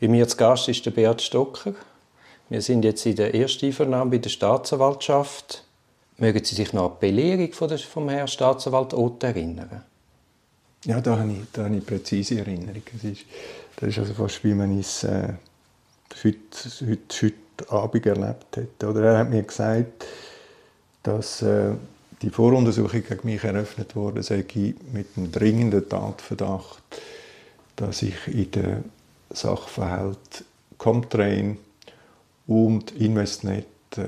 Bei mir zu Gast ist der Beat Stocker. Wir sind jetzt in der Ersteinvernahme bei der Staatsanwaltschaft. Mögen Sie sich noch an die Belehrung vom Herrn Staatsanwalt Ott erinnern? Ja, da habe ich präzise Erinnerungen. Das ist also fast, wie man es heute Abend erlebt hat. Oder er hat mir gesagt, dass die Voruntersuchung gegen mich eröffnet wurde, sei mit einem dringenden Tatverdacht, dass ich in den Sachverhalt Comtrain und Investnet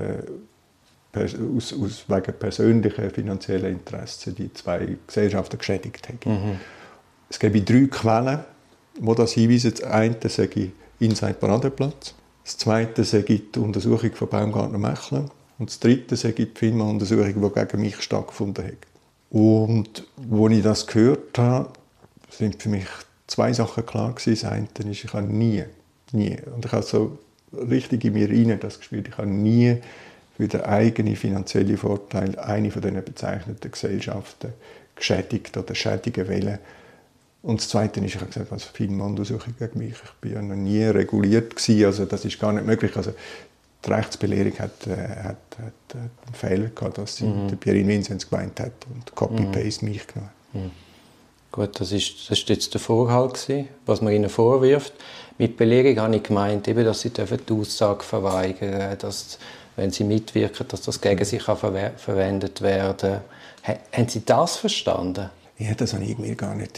wegen persönlicher finanzieller Interessen die zwei Gesellschaften geschädigt haben. Es gibt 3 Quellen, die das hinweisen. Das eine sage Inside Paradeplatz, das zweite sage die Untersuchung von Baumgartner-Mechler und das dritte sage die FINMA-Untersuchung, die gegen mich stattgefunden hat. Und als ich das gehört habe, sind für mich 2 Sachen klar gewesen. Das eine ist, ich habe nie, und ich habe so richtig in mir rein das gespürt, ich habe nie für den eigenen finanziellen Vorteil eine von diesen bezeichneten Gesellschaften geschädigt oder schädigen wollen. Und das Zweite ist, ich habe gesagt, also FINMA-Untersuchung gegen mich. Ich war ja noch nie reguliert gewesen, also das ist gar nicht möglich. Also die Rechtsbelehrung hat einen Fehler gehabt, dass sie der Pierin Vinzenz gemeint hat und Copy-Paste mich genommen. Gut, das ist jetzt der Vorhalt gewesen, was man ihnen vorwirft. Mit Belehrung habe ich gemeint, eben, dass sie die Aussage verweigern dürfen, dass, wenn sie mitwirken, dass das gegen sie verwendet werden kann. Haben Sie das verstanden? Ja, das habe ich irgendwie gar nicht.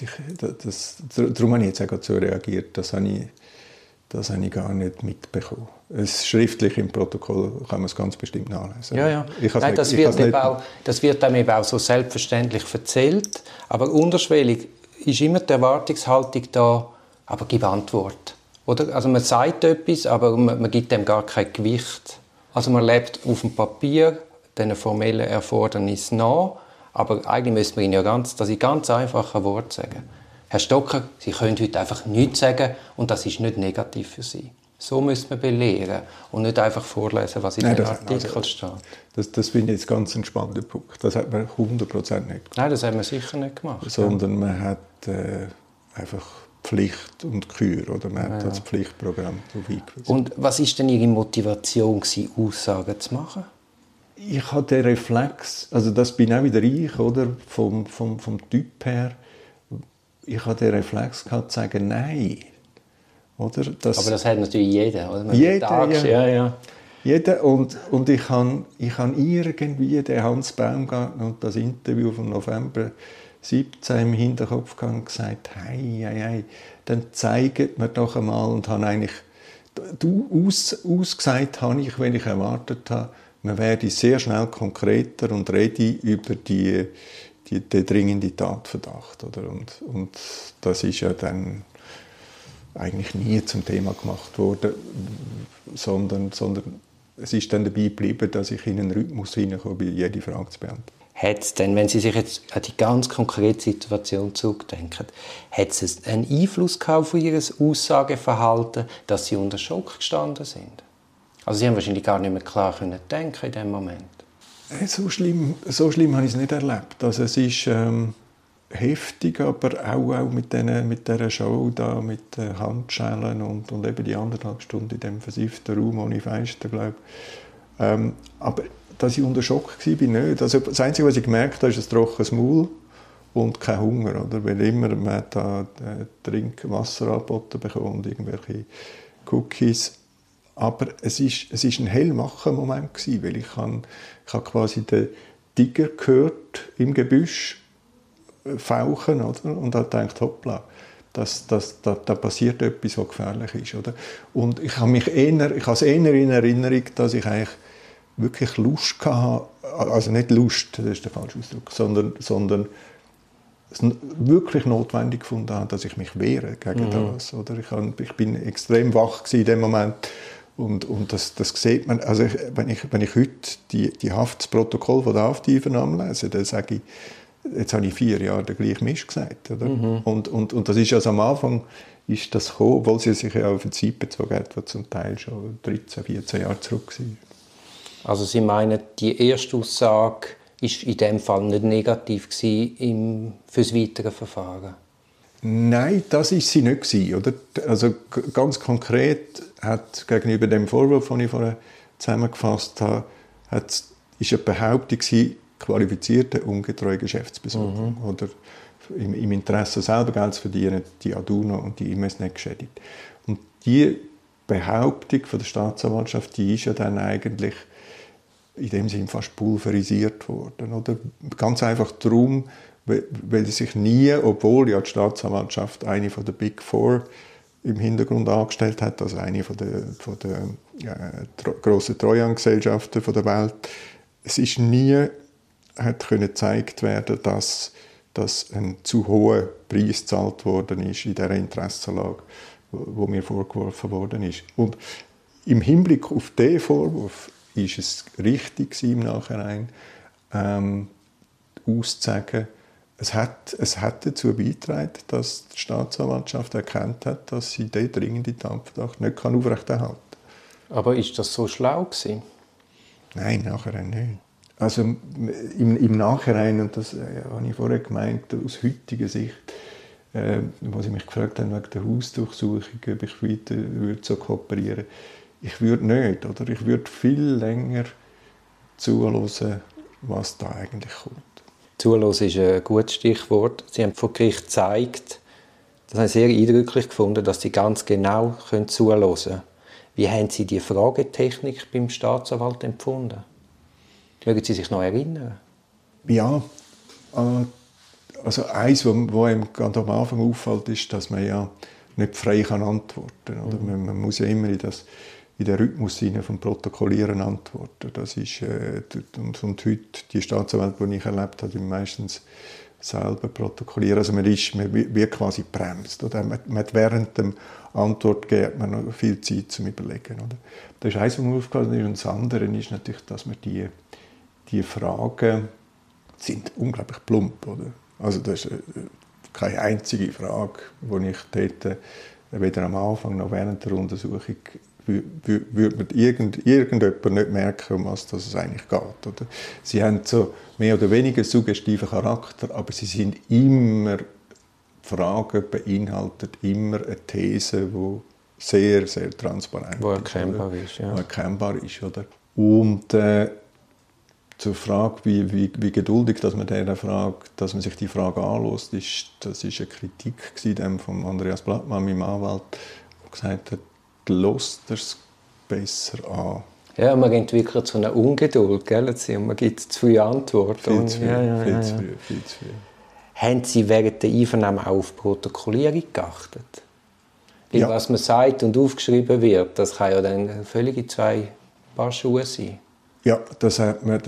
Darum habe ich jetzt auch so reagiert. Das habe ich gar nicht mitbekommen. Schriftlich im Protokoll kann man es ganz bestimmt nachlesen. Ja. Nein, das wird einem eben auch so selbstverständlich erzählt. Aber unterschwellig ist immer die Erwartungshaltung da, aber gib Antwort. Oder? Also man sagt etwas, aber man gibt dem gar kein Gewicht. Also man lebt auf dem Papier den formellen Erfordernissen nach, aber eigentlich müsste man Ihnen ja ganz einfache Worte sagen. Herr Stocker, Sie können heute einfach nichts sagen und das ist nicht negativ für Sie. So müsste man belehren und nicht einfach vorlesen, was in dem Artikel steht. Das finde ich jetzt ganz ein spannender Punkt. Das hat man 100% nicht gemacht. Nein, das haben wir sicher nicht gemacht. Sondern man hat einfach Pflicht und Kür, oder man hat das Pflichtprogramm darauf hingewiesen. Und was war denn Ihre Motivation, Aussagen zu machen? Ich hatte den Reflex, also das bin auch wieder ich, oder, vom Typ her. Ich hatte den Reflex gehabt, zu sagen, nein. Oder? Aber das hat natürlich jeder, oder? Jeder. Jeder. Und ich habe irgendwie den Hans Baumgartner und das Interview vom November 2017 im Hinterkopf gehabt und gesagt, hey, dann zeigt mir doch einmal. Und habe eigentlich ausgesagt habe ich, wenn ich erwartet habe, man werde sehr schnell konkreter und rede über den dringenden Tatverdacht. Oder? Und das ist ja dann eigentlich nie zum Thema gemacht worden, sondern es ist dann dabei geblieben, dass ich in einen Rhythmus hineinkomme, jede Frage zu beantworten. Hat es denn, wenn Sie sich jetzt an die ganz konkrete Situation zurückdenken, hat es einen Einfluss gehabt auf Ihr Aussageverhalten, dass Sie unter Schock gestanden sind? Also Sie haben wahrscheinlich gar nicht mehr klar denken in dem Moment. So schlimm habe ich es nicht erlebt. Also es ist heftig, aber auch mit dieser Show da, mit den Handschellen und eben die 1,5 Stunden in dem versifften Raum ohne Fenster, glaube ich. Aber dass ich unter Schock war, nicht. Also das Einzige, was ich gemerkt habe, ist ein trockenes Maul und kein Hunger. Oder? Weil immer man hat da Trinkwasser angeboten bekommen und irgendwelche Cookies. Aber es ist ein hellwacher Moment gewesen, weil ich habe quasi den Tiger gehört im Gebüsch fauchen, oder? Und habe gedacht, hoppla, da passiert etwas, was gefährlich ist. Oder? Und ich habe es eher in Erinnerung, dass ich eigentlich wirklich Lust hatte, also nicht Lust, das ist der falsche Ausdruck, sondern es wirklich notwendig gefunden habe, dass ich mich wehre gegen das. Oder? Ich bin extrem wach in dem Moment. Und das sieht man, also wenn ich heute die Haftsprotokoll von der Hafteinvernahme lese, dann sage ich, jetzt habe ich 4 Jahre den gleichen Mist gesagt. Oder? Und das ist also am Anfang ist das gekommen, obwohl sie sich ja auf eine Zeit bezogen hat, die zum Teil schon 13, 14 Jahre zurück war. Also Sie meinen, die erste Aussage war in diesem Fall nicht negativ für das weitere Verfahren? Nein, das war sie nicht gewesen, oder? Also ganz konkret hat gegenüber dem Vorwurf, den ich vorher zusammengefasst habe, ist eine Behauptung gewesen, qualifizierte, ungetreue Geschäftsbesorgung. Oder im Interesse selber Geld zu verdienen, die Aduno und die Imes nicht geschädigt. Und die Behauptung von der Staatsanwaltschaft, die ist ja dann eigentlich in dem Sinne fast pulverisiert worden. Oder? Ganz einfach darum, weil sie sich nie, obwohl ja die Staatsanwaltschaft eine von der Big Four im Hintergrund angestellt hat, also eine von der grossen Treuhandgesellschaften der Welt, es ist nie können gezeigt werden, dass ein zu hoher Preis gezahlt worden ist in dieser Interessenlage, wo mir vorgeworfen worden ist. Und im Hinblick auf diesen Vorwurf ist es richtig im Nachhinein auszusagen, es hat dazu beigetragen, dass die Staatsanwaltschaft erkannt hat, dass sie den dringenden Tatverdacht nicht aufrechterhalten kann. Aber ist das so schlau gewesen? Nein, nachher nicht. Also im Nachhinein, und das habe ich vorher gemeint, aus heutiger Sicht, wo sie mich gefragt haben wegen der Hausdurchsuchung, ob ich weiter so kooperieren würde. Ich würde nicht, oder? Ich würde viel länger zuhören, was da eigentlich kommt. Zuhören ist ein gutes Stichwort. Sie haben vor Gericht gezeigt, das habe ich sehr eindrücklich gefunden, dass Sie ganz genau zuhören können. Wie haben Sie die Fragetechnik beim Staatsanwalt empfunden? Mögen Sie sich noch erinnern? Ja, also eins, was einem ganz am Anfang auffällt, ist, dass man ja nicht frei antworten kann. Oder? Man muss ja immer in den Rhythmus vom Protokollieren antworten. Das ist, und heute, die Staatsanwälte, die ich erlebt habe, meistens selber protokollieren. Also man wird quasi bremst. Oder? Man hat während der Antwort gibt man noch viel Zeit zum Überlegen. Oder? Das ist eins, was mir aufgefallen ist. Und das andere ist natürlich, dass man die Fragen sind unglaublich plump. Oder? Also das ist keine einzige Frage, die ich dort weder am Anfang noch während der Untersuchung würde man irgendjemand nicht merken, um was es eigentlich geht. Oder? Sie haben so mehr oder weniger suggestiven Charakter, aber sie sind immer, Fragen beinhaltet immer eine These, die sehr, sehr transparent wo erkennbar ist. Ja. Wo erkennbar ist, oder? Und zur Frage, wie geduldig dass man sich die Frage anlässt, das ist eine Kritik von Andreas Blattmann, meinem Anwalt, der gesagt hat, «Lasst es besser an.» Ja, man entwickelt so eine Ungeduld, gell? Und man gibt zu viele Antworten. Viel zu früh. Haben Sie während der Einvernahme auch auf Protokollierung geachtet? Weil Ja. was man sagt und aufgeschrieben wird, das kann ja dann völlig zwei Paar Schuhe sein. Ja, das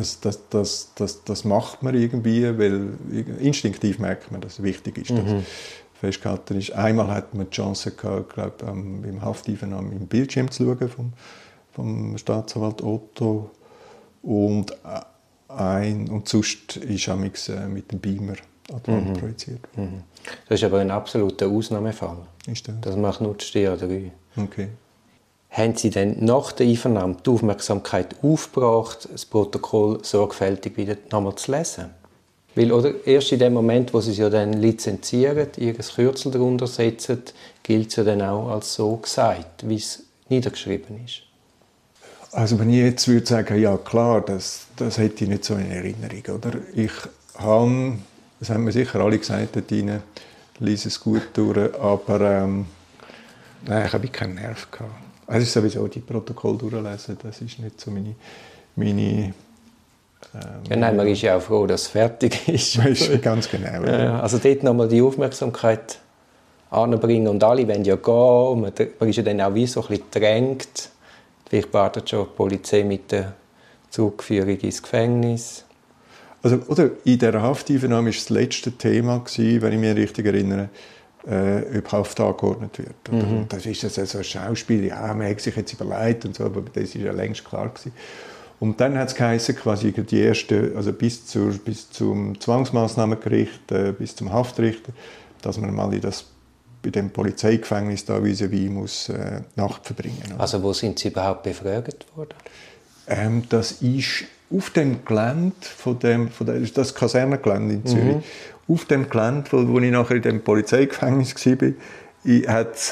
macht man irgendwie, weil instinktiv merkt man, dass es wichtig ist, dass festgehalten ist. Einmal hat man die Chance gehabt, glaube beim Hafteinvernahme im Bildschirm zu schauen vom Staatsanwalt Otto und sonst ist mit dem Beamer an die Wand projiziert. Das ist aber ein absoluter Ausnahmefall. Ist das? Das macht nur die StA 3. Okay. Haben Sie denn nach der Einvernahme die Aufmerksamkeit aufgebracht, das Protokoll sorgfältig wieder nochmal zu lesen? Weil, oder, erst in dem Moment, wo Sie es ja dann lizenzieren, Ihr Kürzel darunter setzen, gilt es ja dann auch als so gesagt, wie es niedergeschrieben ist. Also wenn ich jetzt würde sagen, ja klar, das hätte ich nicht so in Erinnerung. Oder? Das haben mir sicher alle gesagt, dort rein, lies es gut durch, aber nein, ich habe keinen Nerv gehabt. Also ist sowieso die Protokoll durchlesen, das ist nicht so meine ja, nein, man ist ja auch froh, dass es fertig ist. Ganz genau. Ja, also dort nochmal die Aufmerksamkeit anbringen und alle wollen ja gehen. Man ist ja dann auch wie so ein bisschen gedrängt. Vielleicht wartet schon die Polizei mit der Zugführung ins Gefängnis. Also, oder in dieser Hafteinvernahme war das letzte Thema, wenn ich mich richtig erinnere, ob Haft angeordnet wird. Und das ist so ein Schauspiel, ja, man hat sich jetzt überlegt und so, aber das war ja längst klar gewesen. Und dann hat es geheißen, quasi die erste, also bis zum Zwangsmaßnahmengericht, bis zum Haftrichter, dass man mal bei dem Polizeigefängnis da vis-à-vis muss Nacht verbringen. Oder? Also wo sind Sie überhaupt befragt worden? Das ist auf dem Gelände das Kasernengelände in Zürich. auf dem Gelände, wo ich nachher in dem Polizeigefängnis war, ich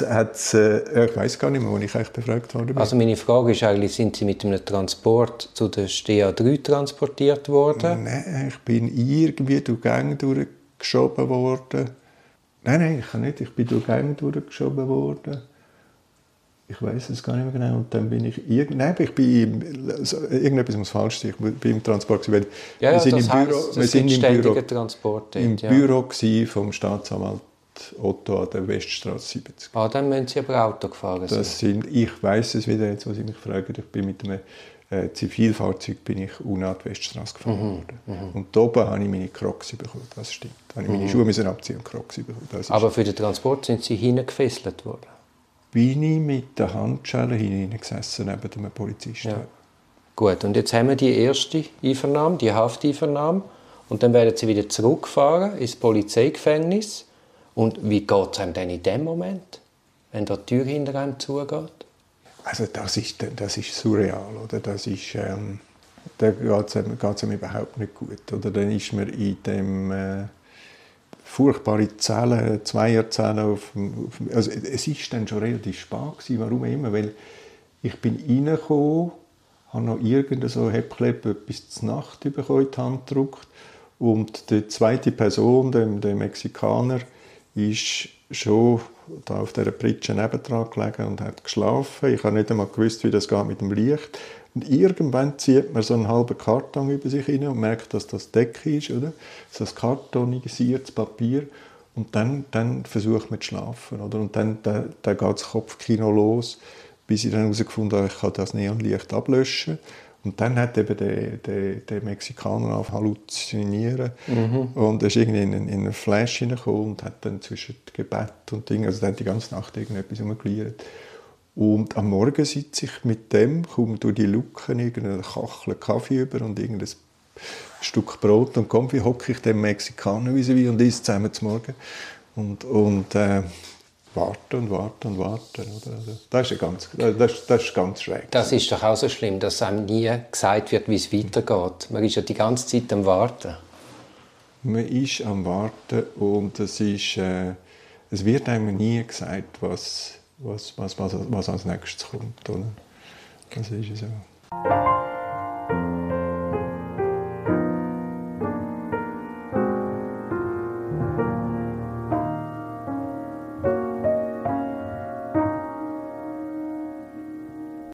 weiss gar nicht mehr, wo ich eigentlich befragt wurde. Also meine Frage ist eigentlich, sind Sie mit einem Transport zu der StA3 transportiert worden? Nein, ich bin irgendwie durch Gänge durchgeschoben worden. Nein, ich kann nicht. Ich bin durch Gänge durchgeschoben worden. Ich weiß es gar nicht mehr genau. Und dann bin ich irgendetwas muss falsch sein. Ich bin im Transport. Wir sind im Transport Büro vom Staatsanwalt Otto an der Weststraße 70. Dann müssen Sie aber Auto gefahren sein. Ich weiss es wieder, jetzt, was Sie mich fragen. Ich bin mit einem Zivilfahrzeug bin ich an die Weststraße gefahren worden. Und da oben habe ich meine Crocs bekommen. Das stimmt. Da habe ich meine Schuhe abziehen und Crocs bekommen. Aber für den Transport sind Sie hingefesselt worden? Bin ich mit der Handschelle hineingesessen neben dem Polizisten. Ja. Gut, und jetzt haben wir die erste Einvernahme, die Hafteinvernahme. Und dann werden Sie wieder zurückgefahren ins Polizeigefängnis. Und wie geht es einem denn in dem Moment, wenn da die Tür hinter einem zugeht? Also das ist surreal, oder? Da geht es einem überhaupt nicht gut. Oder dann ist man in dem furchtbare Zellen, Zweierzellen. Also es ist dann schon relativ spät gewesen. Warum immer? Weil ich bin reingekommen, habe noch irgendein so etwas zur Nacht bekommen, in die Hand gedrückt. Und die zweite Person, der Mexikaner, ist schon da auf dieser Pritsche nebendran gelegen und hat geschlafen. Ich habe nicht einmal gewusst, wie das geht mit dem Licht. Und irgendwann zieht man so einen halben Karton über sich hin und merkt, dass das Decke ist, oder? So ein kartonisiertes Papier. Und dann versucht man zu schlafen, oder? Und dann geht das Kopfkino los, bis ich dann herausgefunden habe, ich kann das Neonlicht ablöschen. Und dann hat eben der Mexikaner angefangen zu halluzinieren. Und er ist irgendwie in einen Flash hineingekommen und hat dann zwischen Gebet und Dingen, also dann die ganze Nacht irgendetwas rumgeliert. Und am Morgen sitze ich mit dem, komme durch die Luken, irgendeine Kachel Kaffee über und irgendein Stück Brot und Kaffee, hocke ich dem Mexikaner vis-à-vis und isst zusammen zum Morgen. Und warten. Oder? Also, das ist ganz schräg. Das ist doch auch so schlimm, dass einem nie gesagt wird, wie es weitergeht. Man ist ja die ganze Zeit am Warten. Man ist am Warten und es wird einem nie gesagt, was als nächstes kommt. Oder? Das ist so.